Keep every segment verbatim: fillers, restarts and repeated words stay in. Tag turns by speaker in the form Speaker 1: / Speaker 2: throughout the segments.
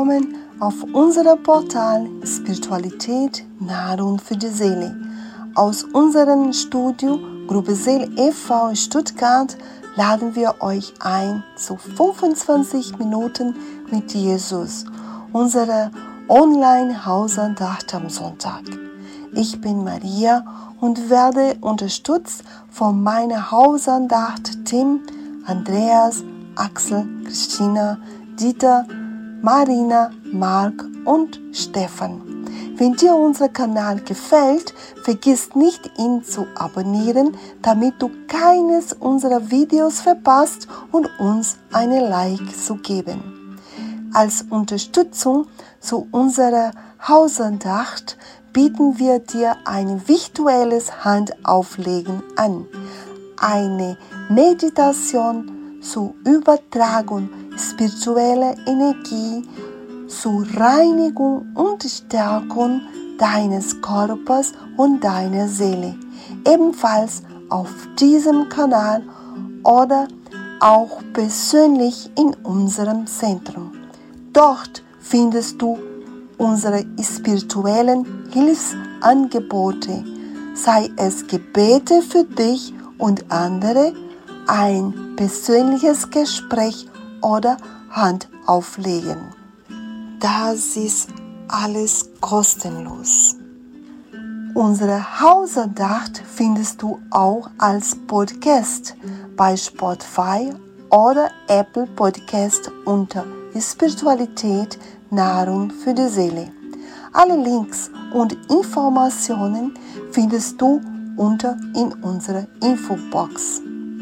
Speaker 1: willkommen auf unserem Portal Spiritualität, Nahrung für die Seele. Aus unserem Studio Gruppe Seele e V Stuttgart laden wir euch ein zu fünfundzwanzig Minuten mit Jesus, unsere Online-Hausandacht am Sonntag. Ich bin Maria und werde unterstützt von meiner Hausandacht-Team Andreas, Axel, Christina, Dieter, Marina, Marc und Stefan. Wenn dir unser Kanal gefällt, vergiss nicht, ihn zu abonnieren, damit du keines unserer Videos verpasst und uns eine Like zu geben. Als Unterstützung zu unserer Hausandacht bieten wir dir ein virtuelles Handauflegen an, eine Meditation zur Übertragung spiritueller Energie, zur Reinigung und Stärkung deines Körpers und deiner Seele, ebenfalls auf diesem Kanal oder auch persönlich in unserem Zentrum. Dort findest du unsere spirituellen Hilfsangebote, sei es Gebete für dich und andere, ein persönliches Gespräch oder Handauflegen. Das ist alles kostenlos. Unsere Hausandacht findest du auch als Podcast bei Spotify oder Apple Podcast unter Spiritualität, Nahrung für die Seele. Alle Links und Informationen findest du unter in unserer Infobox.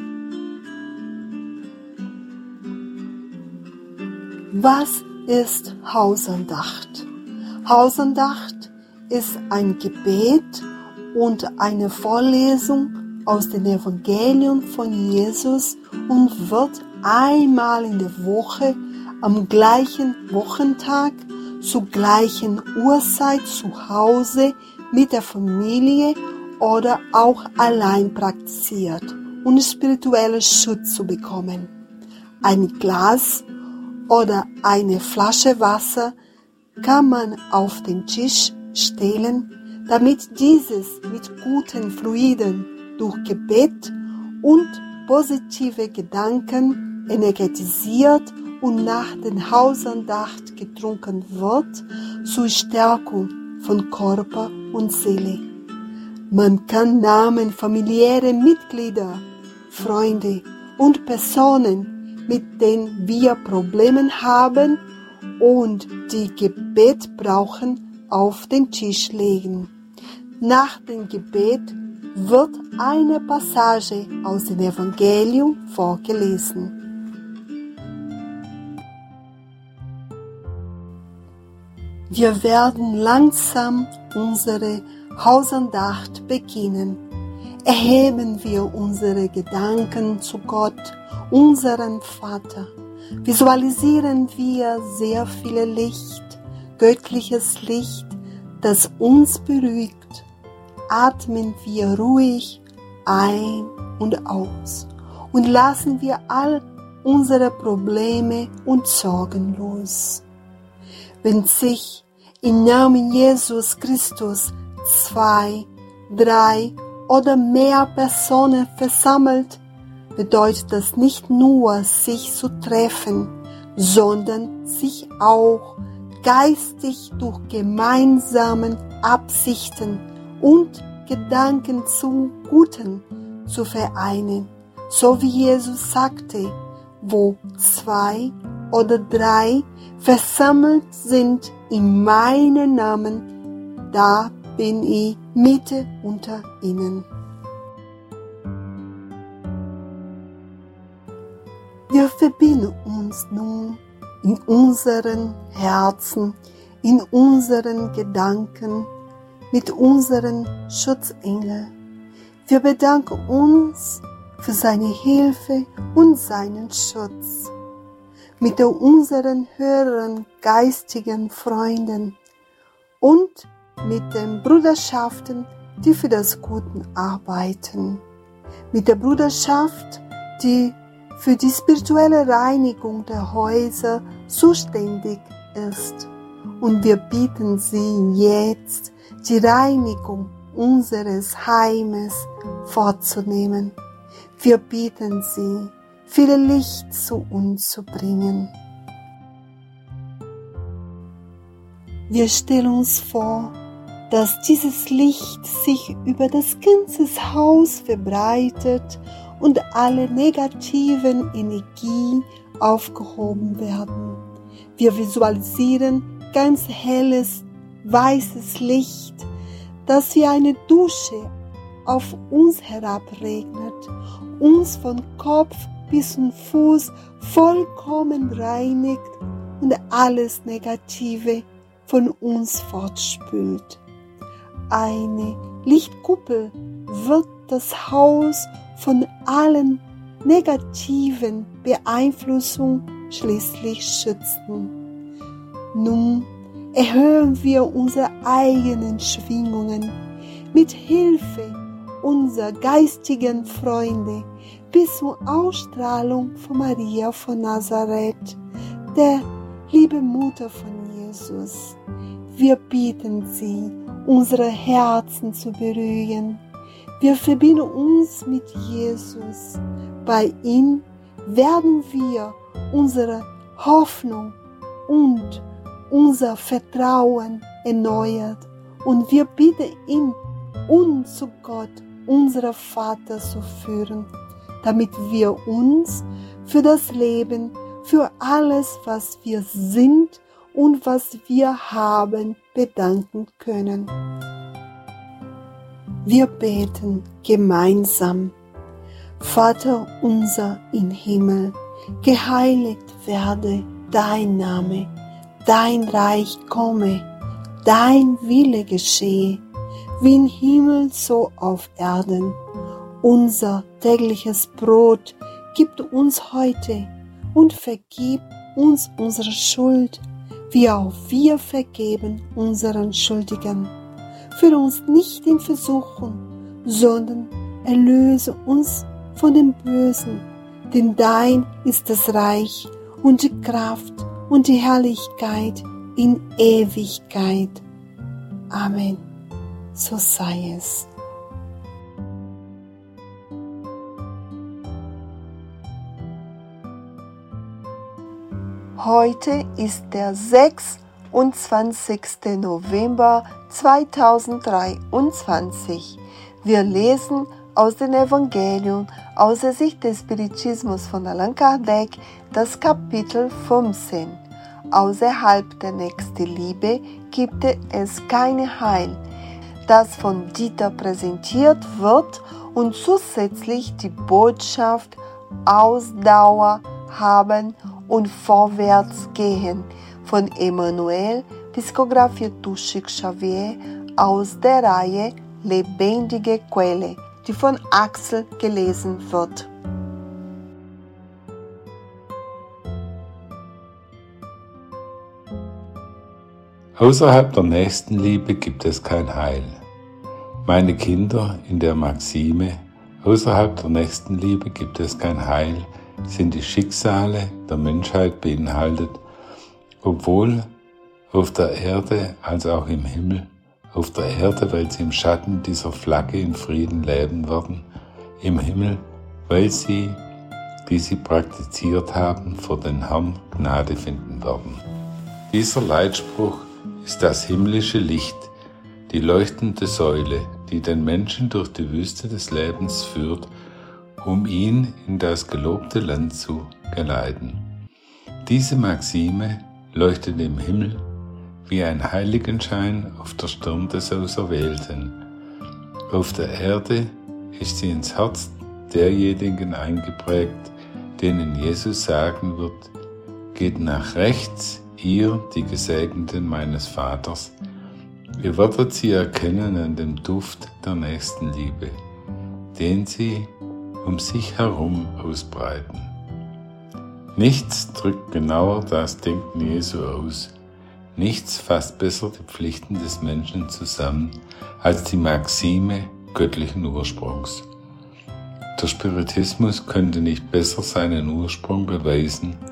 Speaker 1: Was ist Hausandacht? Hausandacht ist ein Gebet und eine Vorlesung aus dem Evangelium von Jesus und wird einmal in der Woche am gleichen Wochentag zur gleichen Uhrzeit zu Hause mit der Familie oder auch allein praktiziert, um spirituellen Schutz zu bekommen. Ein Glas oder eine Flasche Wasser kann man auf den Tisch stellen, damit dieses mit guten Fluiden durch Gebet und positive Gedanken energetisiert und nach der Hausandacht getrunken wird, zur Stärkung von Körper und Seele. Man kann Namen familiäre Mitglieder, Freunde und Personen, mit denen wir Probleme haben und die Gebet brauchen, auf den Tisch legen. Nach dem Gebet wird eine Passage aus dem Evangelium vorgelesen. Wir werden langsam unsere Hausandacht beginnen. Erheben wir unsere Gedanken zu Gott, unseren Vater. Visualisieren wir sehr viel Licht, göttliches Licht, das uns beruhigt. Atmen wir ruhig ein und aus und lassen wir all unsere Probleme und Sorgen los. Wenn sich im Namen Jesus Christus zwei, drei oder mehr Personen versammelt, bedeutet das nicht nur, sich zu treffen, sondern sich auch geistig durch gemeinsame Absichten und Gedanken zum Guten zu vereinen. So wie Jesus sagte, wo zwei oder drei versammelt sind in meinem Namen, da bin ich Mitte unter ihnen. Wir verbinden uns nun in unseren Herzen, in unseren Gedanken mit unseren Schutzengeln. Wir bedanken uns für seine Hilfe und seinen Schutz. Mit unseren höheren geistigen Freunden und mit den Bruderschaften, die für das Gute arbeiten. Mit der Bruderschaft, die für die spirituelle Reinigung der Häuser zuständig ist. Und wir bitten Sie jetzt, die Reinigung unseres Heimes vorzunehmen. Wir bitten Sie, viel Licht zu uns zu bringen. Wir stellen uns vor, dass dieses Licht sich über das ganze Haus verbreitet und alle negativen Energien aufgehoben werden. Wir visualisieren ganz helles, weißes Licht, das wie eine Dusche auf uns herabregnet, uns von Kopf bis zum Fuß vollkommen reinigt und alles Negative von uns fortspült. Eine Lichtkuppel wird das Haus von allen negativen Beeinflussungen schließlich schützen. Nun erhöhen wir unsere eigenen Schwingungen mit Hilfe unserer geistigen Freunde bis zur Ausstrahlung von Maria von Nazareth, der liebe Mutter von Jesus. Wir bitten Sie, unsere Herzen zu berühren. Wir verbinden uns mit Jesus. Bei ihm werden wir unsere Hoffnung und unser Vertrauen erneuert. Und wir bitten ihn, uns zu Gott, unserem Vater, zu führen, damit wir uns für das Leben, für alles, was wir sind und was wir haben, bedanken können. Wir beten gemeinsam. Vater unser im Himmel, geheiligt werde dein Name, dein Reich komme, dein Wille geschehe, wie im Himmel so auf Erden. Unser tägliches Brot gib uns heute und vergib uns unsere Schuld, wie auch wir vergeben unseren Schuldigen. Führe uns nicht in Versuchung, sondern erlöse uns von dem Bösen, denn dein ist das Reich und die Kraft und die Herrlichkeit in Ewigkeit. Amen. So sei es. Heute ist der sechsundzwanzigster November zweitausenddreiundzwanzig. Wir lesen aus dem Evangelium aus der Sicht des Spiritismus von Allan Kardec das Kapitel fünfzehn. Außerhalb der Nächstenliebe gibt es kein Heil, das von Dieter präsentiert wird und zusätzlich die Botschaft Ausdauer haben und vorwärts gehen von Emanuel Psicografia Tushik Xavier aus der Reihe Lebendige Quelle, die von Axel gelesen wird.
Speaker 2: Außerhalb der Nächstenliebe gibt es kein Heil. Meine Kinder, in der Maxime, außerhalb der Nächstenliebe gibt es kein Heil, sind die Schicksale der Menschheit beinhaltet, obwohl auf der Erde als auch im Himmel, auf der Erde, weil sie im Schatten dieser Flagge in Frieden leben werden, im Himmel, weil sie, die sie praktiziert haben, vor den Herrn Gnade finden werden. Dieser Leitspruch ist das himmlische Licht, die leuchtende Säule, die den Menschen durch die Wüste des Lebens führt, um ihn in das gelobte Land zu geleiten. Diese Maxime leuchtet im Himmel wie ein Heiligenschein auf der Stirn des Auserwählten. Auf der Erde ist sie ins Herz derjenigen eingeprägt, denen Jesus sagen wird: Geht nach rechts, ihr, die Gesegneten meines Vaters. Ihr werdet sie erkennen an dem Duft der Nächstenliebe, den sie um sich herum ausbreiten. Nichts drückt genauer das Denken Jesu aus. Nichts fasst besser die Pflichten des Menschen zusammen als die Maxime göttlichen Ursprungs. Der Spiritismus könnte nicht besser seinen Ursprung beweisen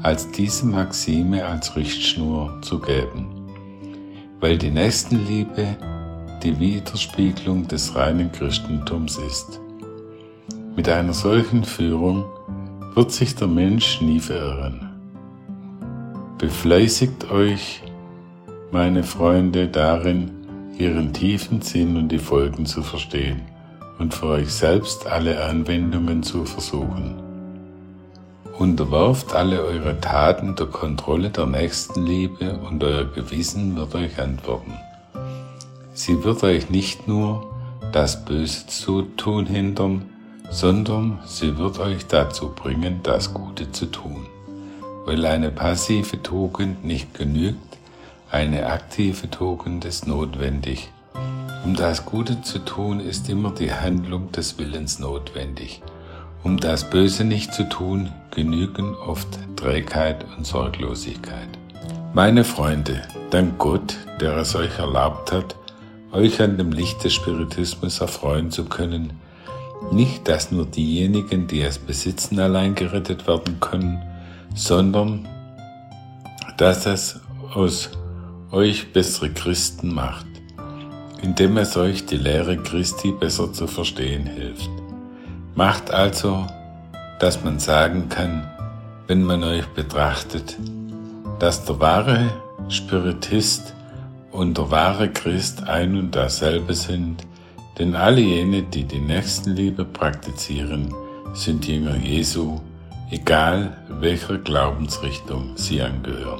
Speaker 2: als diese Maxime als Richtschnur zu geben, weil die Nächstenliebe die Widerspiegelung des reinen Christentums ist. Mit einer solchen Führung wird sich der Mensch nie verirren. Befleißigt euch, meine Freunde, darin, ihren tiefen Sinn und die Folgen zu verstehen und für euch selbst alle Anwendungen zu versuchen. Unterwerft alle eure Taten der Kontrolle der Nächstenliebe und euer Gewissen wird euch antworten. Sie wird euch nicht nur das Böse zu tun hindern, sondern sie wird euch dazu bringen, das Gute zu tun. Weil eine passive Tugend nicht genügt, eine aktive Tugend ist notwendig. Um das Gute zu tun, ist immer die Handlung des Willens notwendig. Um das Böse nicht zu tun, genügen oft Trägheit und Sorglosigkeit. Meine Freunde, dank Gott, der es euch erlaubt hat, euch an dem Licht des Spiritismus erfreuen zu können, nicht, dass nur diejenigen, die es besitzen, allein gerettet werden können, sondern dass es aus euch bessere Christen macht, indem es euch die Lehre Christi besser zu verstehen hilft. Macht also, dass man sagen kann, wenn man euch betrachtet, dass der wahre Spiritist und der wahre Christ ein und dasselbe sind, denn alle jene, die die Nächstenliebe praktizieren, sind Jünger Jesu, egal welcher Glaubensrichtung sie angehören.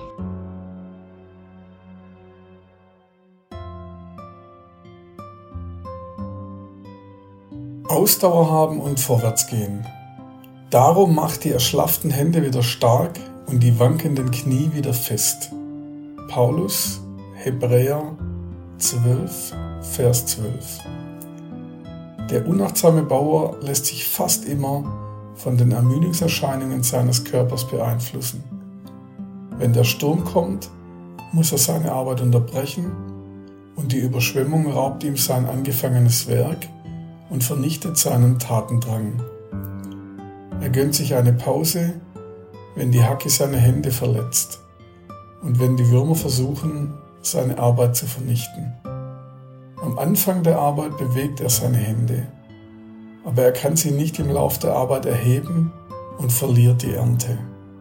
Speaker 3: Ausdauer haben und vorwärts gehen. Darum macht die erschlafften Hände wieder stark und die wankenden Knie wieder fest. Paulus, Hebräer zwölf, Vers zwölf. Der unachtsame Bauer lässt sich fast immer von den Ermüdungserscheinungen seines Körpers beeinflussen. Wenn der Sturm kommt, muss er seine Arbeit unterbrechen und die Überschwemmung raubt ihm sein angefangenes Werk und vernichtet seinen Tatendrang. Er gönnt sich eine Pause, wenn die Hacke seine Hände verletzt und wenn die Würmer versuchen, seine Arbeit zu vernichten. Am Anfang der Arbeit bewegt er seine Hände, aber er kann sie nicht im Lauf der Arbeit erheben und verliert die Ernte.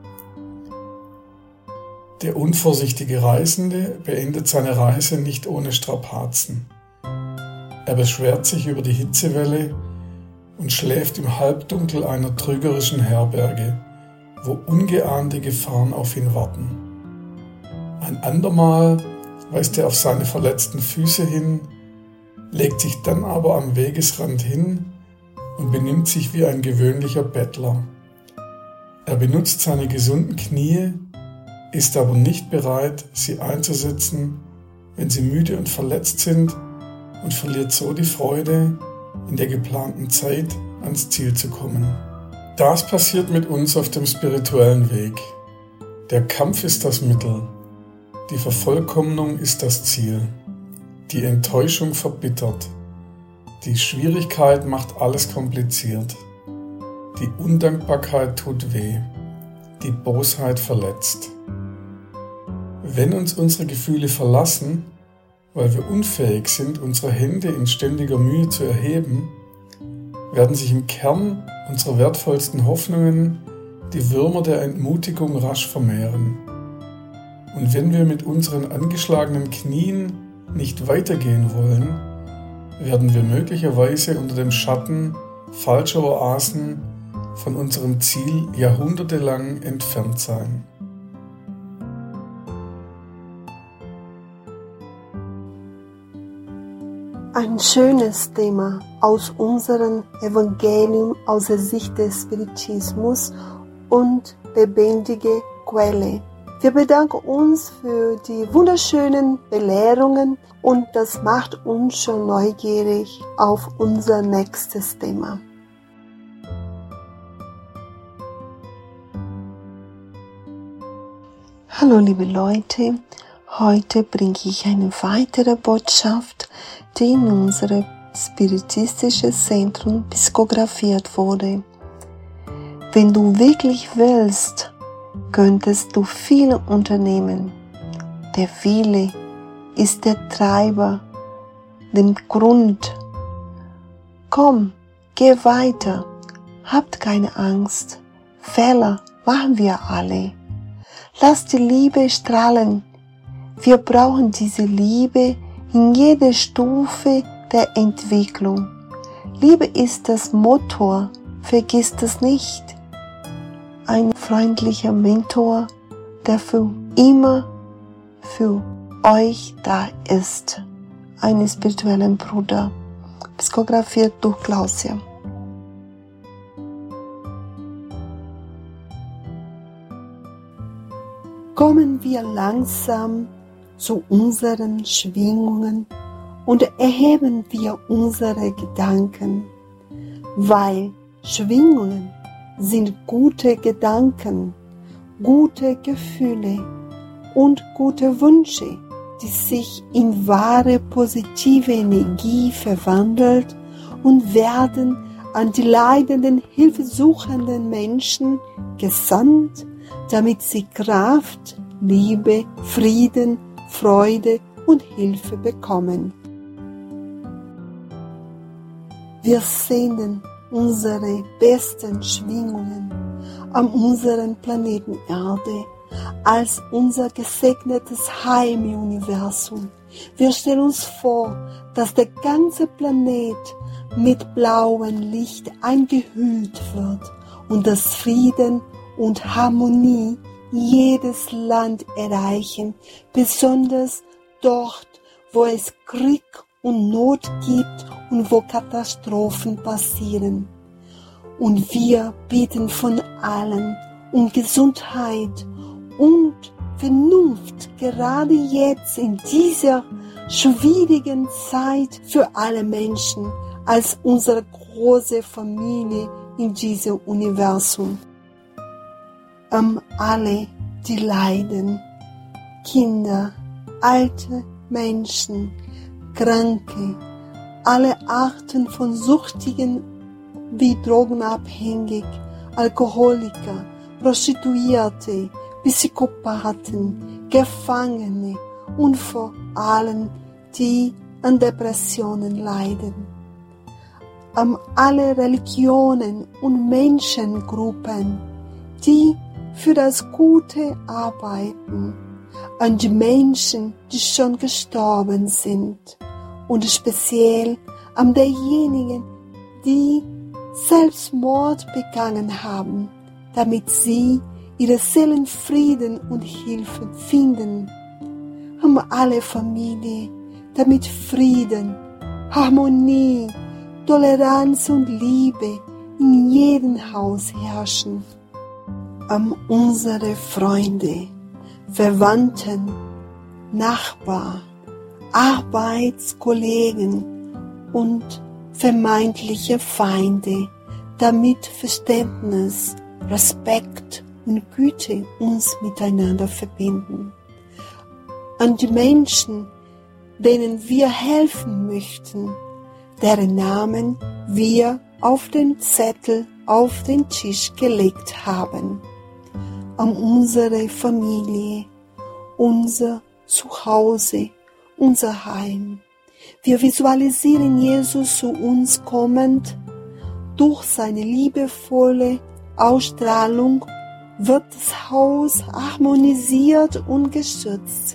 Speaker 3: Der unvorsichtige Reisende beendet seine Reise nicht ohne Strapazen. Er beschwert sich über die Hitzewelle und schläft im Halbdunkel einer trügerischen Herberge, wo ungeahnte Gefahren auf ihn warten. Ein andermal weist er auf seine verletzten Füße hin, legt sich dann aber am Wegesrand hin und benimmt sich wie ein gewöhnlicher Bettler. Er benutzt seine gesunden Knie, ist aber nicht bereit, sie einzusetzen, wenn sie müde und verletzt sind, und verliert so die Freude, in der geplanten Zeit ans Ziel zu kommen. Das passiert mit uns auf dem spirituellen Weg. Der Kampf ist das Mittel, die Vervollkommnung ist das Ziel. Die Enttäuschung verbittert, die Schwierigkeit macht alles kompliziert, die Undankbarkeit tut weh, die Bosheit verletzt. Wenn uns unsere Gefühle verlassen, weil wir unfähig sind, unsere Hände in ständiger Mühe zu erheben, werden sich im Kern unserer wertvollsten Hoffnungen die Würmer der Entmutigung rasch vermehren. Und wenn wir mit unseren angeschlagenen Knien nicht weitergehen wollen, werden wir möglicherweise unter dem Schatten falscher Oasen von unserem Ziel jahrhundertelang entfernt sein.
Speaker 1: Ein schönes Thema aus unserem Evangelium aus der Sicht des Spiritismus und lebendige Quelle. Wir bedanken uns für die wunderschönen Belehrungen und das macht uns schon neugierig auf unser nächstes Thema. Hallo liebe Leute, heute bringe ich eine weitere Botschaft, die in unserem spiritistischen Zentrum psikografiert wurde. Wenn du wirklich willst, könntest du viel unternehmen. Der Wille ist der Treiber, den Grund. Komm, geh weiter, habt keine Angst. Fehler machen wir alle. Lass die Liebe strahlen. Wir brauchen diese Liebe in jeder Stufe der Entwicklung. Liebe ist das Motor, vergiss das nicht. Ein freundlicher Mentor, der für immer für euch da ist. Einen spirituellen Bruder. Psichografiert durch Klausia. Kommen wir langsam zu unseren Schwingungen und erheben wir unsere Gedanken, weil Schwingungen sind gute Gedanken, gute Gefühle und gute Wünsche, die sich in wahre positive Energie verwandelt und werden an die leidenden, hilfesuchenden Menschen gesandt, damit sie Kraft, Liebe, Frieden, Freude und Hilfe bekommen. Wir senden unsere besten Schwingungen an unseren Planeten Erde als unser gesegnetes Heim im Universum. Wir stellen uns vor, dass der ganze Planet mit blauem Licht eingehüllt wird und dass Frieden und Harmonie jedes Land erreichen, besonders dort, wo es Krieg und Not gibt und wo Katastrophen passieren. Und wir bitten von allen um Gesundheit und Vernunft, gerade jetzt in dieser schwierigen Zeit für alle Menschen, als unsere große Familie in diesem Universum. Um alle, die leiden, Kinder, alte Menschen, Kranke, alle Arten von Süchtigen wie Drogenabhängig, Alkoholiker, Prostituierte, Psychopathen, Gefangene und vor allem die an Depressionen leiden. Um alle Religionen und Menschengruppen, die für das Gute arbeiten, an die Menschen, die schon gestorben sind und speziell an derjenigen, die Selbstmord begangen haben, damit sie ihre Seelenfrieden und Hilfe finden. An alle Familien, damit Frieden, Harmonie, Toleranz und Liebe in jedem Haus herrschen. An unsere Freunde, Verwandten, Nachbarn, Arbeitskollegen und vermeintliche Feinde, damit Verständnis, Respekt und Güte uns miteinander verbinden. An die Menschen, denen wir helfen möchten, deren Namen wir auf den Zettel auf den Tisch gelegt haben. An unsere Familie, unser Zuhause, unser Heim. Wir visualisieren Jesus zu uns kommend. Durch seine liebevolle Ausstrahlung wird das Haus harmonisiert und geschützt.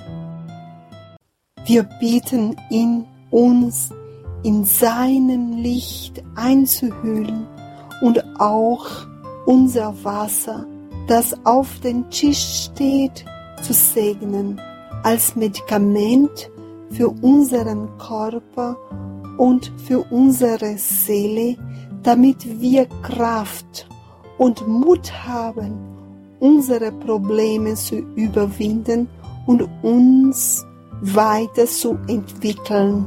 Speaker 1: Wir bitten ihn, uns in seinem Licht einzuhüllen und auch unser Wasser, das auf dem Tisch steht, zu segnen, als Medikament für unseren Körper und für unsere Seele, damit wir Kraft und Mut haben, unsere Probleme zu überwinden und uns weiterzuentwickeln.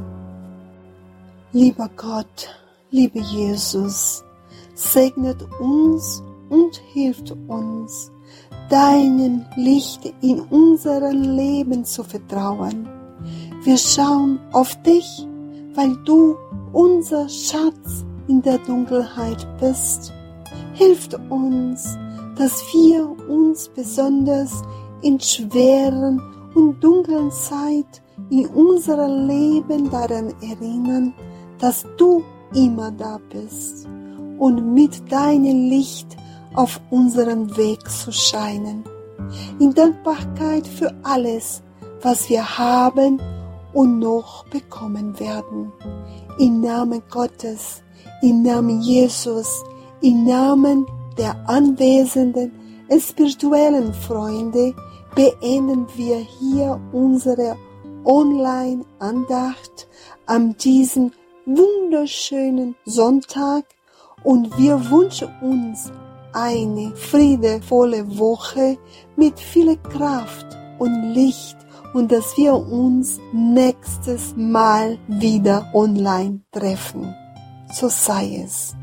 Speaker 1: Lieber Gott, lieber Jesus, segnet uns und hilft uns, deinem Licht in unserem Leben zu vertrauen. Wir schauen auf dich, weil du unser Schatz in der Dunkelheit bist. Hilf uns, dass wir uns besonders in schweren und dunklen Zeit in unserem Leben daran erinnern, dass du immer da bist und mit deinem Licht auf unserem Weg zu scheinen. In Dankbarkeit für alles, was wir haben und noch bekommen werden. Im Namen Gottes, im Namen Jesus, im Namen der anwesenden spirituellen Freunde beenden wir hier unsere Online-Andacht an diesem wunderschönen Sonntag und wir wünschen uns eine friedevolle Woche mit viel Kraft und Licht und dass wir uns nächstes Mal wieder online treffen. So sei es.